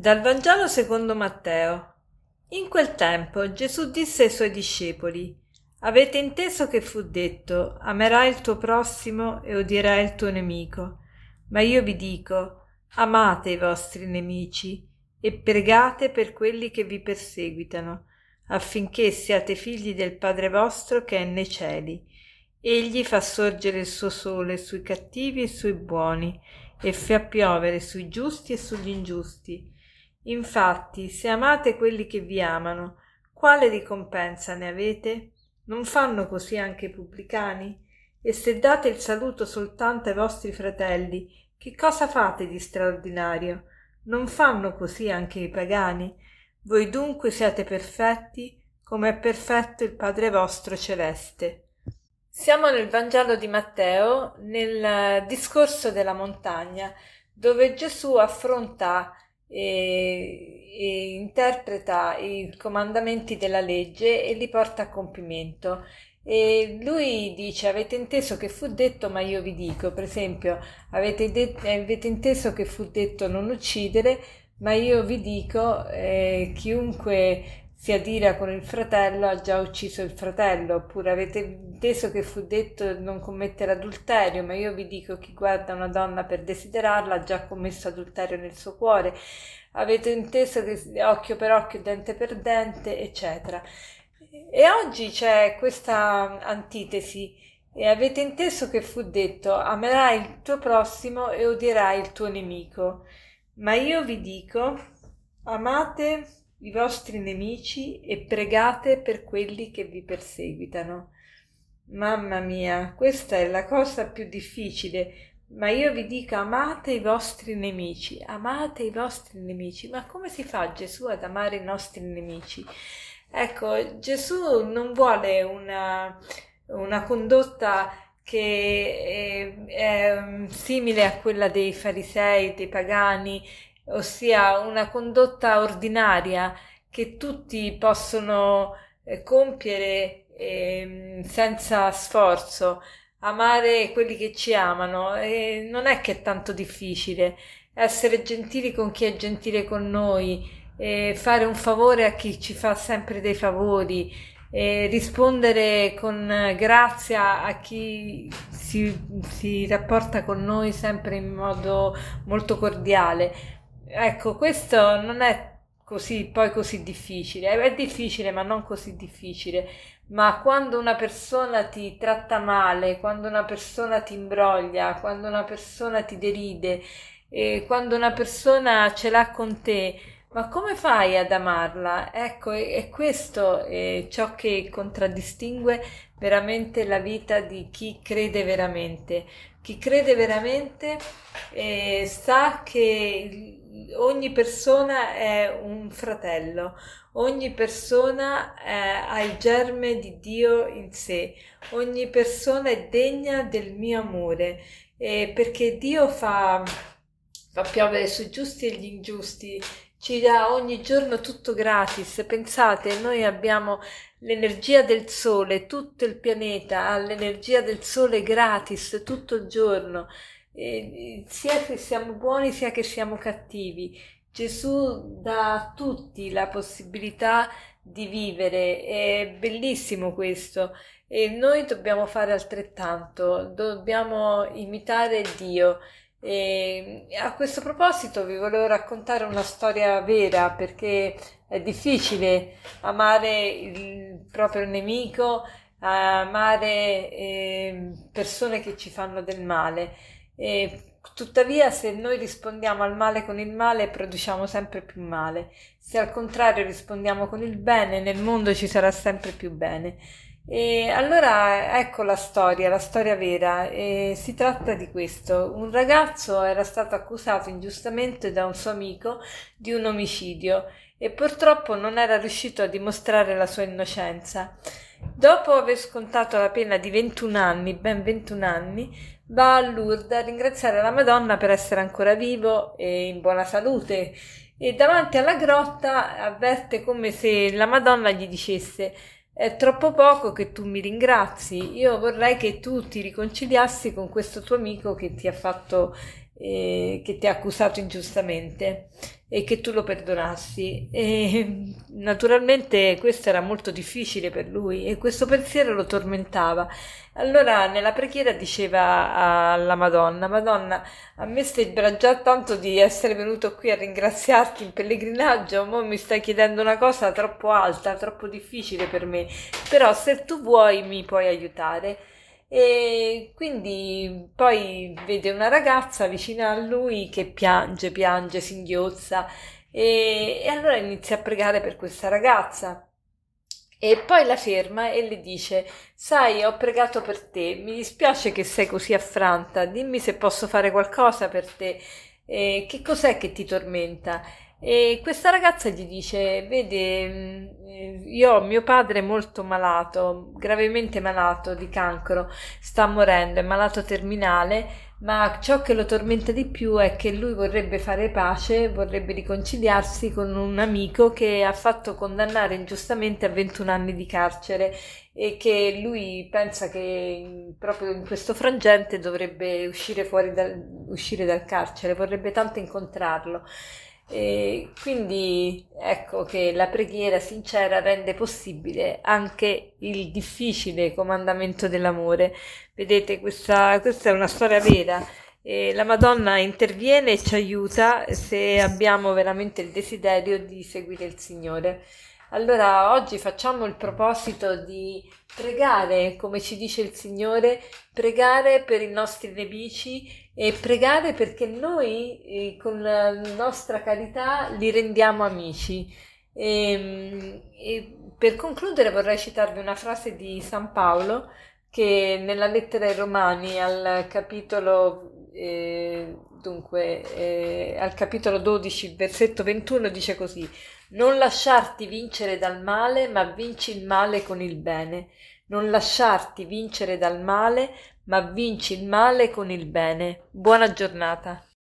Dal Vangelo secondo Matteo. In quel tempo Gesù disse ai suoi discepoli: Avete inteso che fu detto: amerai il tuo prossimo e odierai il tuo nemico. Ma io vi dico: amate i vostri nemici e pregate per quelli che vi perseguitano, affinché siate figli del Padre vostro che è nei cieli. Egli fa sorgere il suo sole sui cattivi e sui buoni, e fa piovere sui giusti e sugli ingiusti. Infatti, se amate quelli che vi amano, quale ricompensa ne avete? Non fanno così anche i pubblicani? E se date il saluto soltanto ai vostri fratelli, che cosa fate di straordinario? Non fanno così anche i pagani? Voi dunque siate perfetti, come è perfetto il Padre vostro celeste. Siamo nel Vangelo di Matteo, nel discorso della montagna, dove Gesù affronta e interpreta i comandamenti della legge e li porta a compimento. E lui dice: avete inteso che fu detto, ma io vi dico. Per esempio, avete inteso che fu detto non uccidere, ma io vi dico, chiunque si adira con il fratello ha già ucciso il fratello. Oppure avete inteso che fu detto non commettere adulterio, ma io vi dico: chi guarda una donna per desiderarla ha già commesso adulterio nel suo cuore. Avete inteso che occhio per occhio, dente per dente, eccetera. E oggi c'è questa antitesi. E avete inteso che fu detto: amerai il tuo prossimo e odierai il tuo nemico. Ma io vi dico: amate i vostri nemici e pregate per quelli che vi perseguitano. Mamma mia, questa è la cosa più difficile. Ma io vi dico: amate i vostri nemici, amate i vostri nemici. Ma come si fa Gesù ad amare i nostri nemici? Ecco, Gesù non vuole una condotta che è simile a quella dei farisei, dei pagani, ossia una condotta ordinaria che tutti possono compiere senza sforzo. Amare quelli che ci amano, non è che è tanto difficile. Essere gentili con chi è gentile con noi, fare un favore a chi ci fa sempre dei favori, rispondere con grazia a chi si rapporta con noi sempre in modo molto cordiale. Ecco, questo non è così difficile. È difficile, ma non così difficile. Ma quando una persona ti tratta male, quando una persona ti imbroglia, quando una persona ti deride, quando una persona ce l'ha con te, ma come fai ad amarla? Ecco, è questo ciò che contraddistingue veramente la vita di chi crede veramente. Chi crede veramente sa che ogni persona è un fratello, ogni persona ha il germe di Dio in sé, ogni persona è degna del mio amore, perché Dio fa piovere sui giusti e gli ingiusti, ci dà ogni giorno tutto gratis. Pensate, noi abbiamo l'energia del sole, tutto il pianeta ha l'energia del sole gratis tutto il giorno, sia che siamo buoni sia che siamo cattivi. Gesù dà a tutti la possibilità di vivere, è bellissimo questo, e noi dobbiamo fare altrettanto, dobbiamo imitare Dio. E a questo proposito vi volevo raccontare una storia vera, perché è difficile amare il proprio nemico, amare persone che ci fanno del male. Tuttavia, se noi rispondiamo al male con il male, produciamo sempre più male. Se al contrario rispondiamo con il bene, nel mondo ci sarà sempre più bene. E allora ecco la storia vera. Si tratta di questo: un ragazzo era stato accusato ingiustamente da un suo amico di un omicidio e purtroppo non era riuscito a dimostrare la sua innocenza. Dopo aver scontato la pena di 21 anni, ben 21 anni, va a Lourdes a ringraziare la Madonna per essere ancora vivo e in buona salute, e davanti alla grotta avverte come se la Madonna gli dicesse: è troppo poco che tu mi ringrazi, io vorrei che tu ti riconciliassi con questo tuo amico che ti ha fatto che ti ha accusato ingiustamente e che tu lo perdonassi. E naturalmente questo era molto difficile per lui e questo pensiero lo tormentava. Allora nella preghiera diceva alla Madonna: Madonna, a me sembra già tanto di essere venuto qui a ringraziarti in pellegrinaggio, mo mi stai chiedendo una cosa troppo alta, troppo difficile per me, però se tu vuoi mi puoi aiutare. E quindi poi vede una ragazza vicina a lui che piange, singhiozza e allora inizia a pregare per questa ragazza. E poi la ferma e le dice: sai, ho pregato per te, mi dispiace che sei così affranta, dimmi se posso fare qualcosa per te, che cos'è che ti tormenta? E questa ragazza gli dice: vede, io ho mio padre molto malato, gravemente malato di cancro, sta morendo, è malato terminale, ma ciò che lo tormenta di più è che lui vorrebbe fare pace, vorrebbe riconciliarsi con un amico che ha fatto condannare ingiustamente a 21 anni di carcere e che lui pensa che proprio in questo frangente dovrebbe uscire dal carcere, vorrebbe tanto incontrarlo. E quindi ecco che la preghiera sincera rende possibile anche il difficile comandamento dell'amore. Vedete, questa è una storia vera. E la Madonna interviene e ci aiuta se abbiamo veramente il desiderio di seguire il Signore. Allora oggi facciamo il proposito di pregare, come ci dice il Signore, pregare per i nostri nemici e pregare perché noi con la nostra carità li rendiamo amici. E per concludere vorrei citarvi una frase di San Paolo che nella lettera ai Romani al capitolo al capitolo 12 versetto 21 dice così: non lasciarti vincere dal male, ma vinci il male con il bene. Non lasciarti vincere dal male, ma vinci il male con il bene. Buona giornata.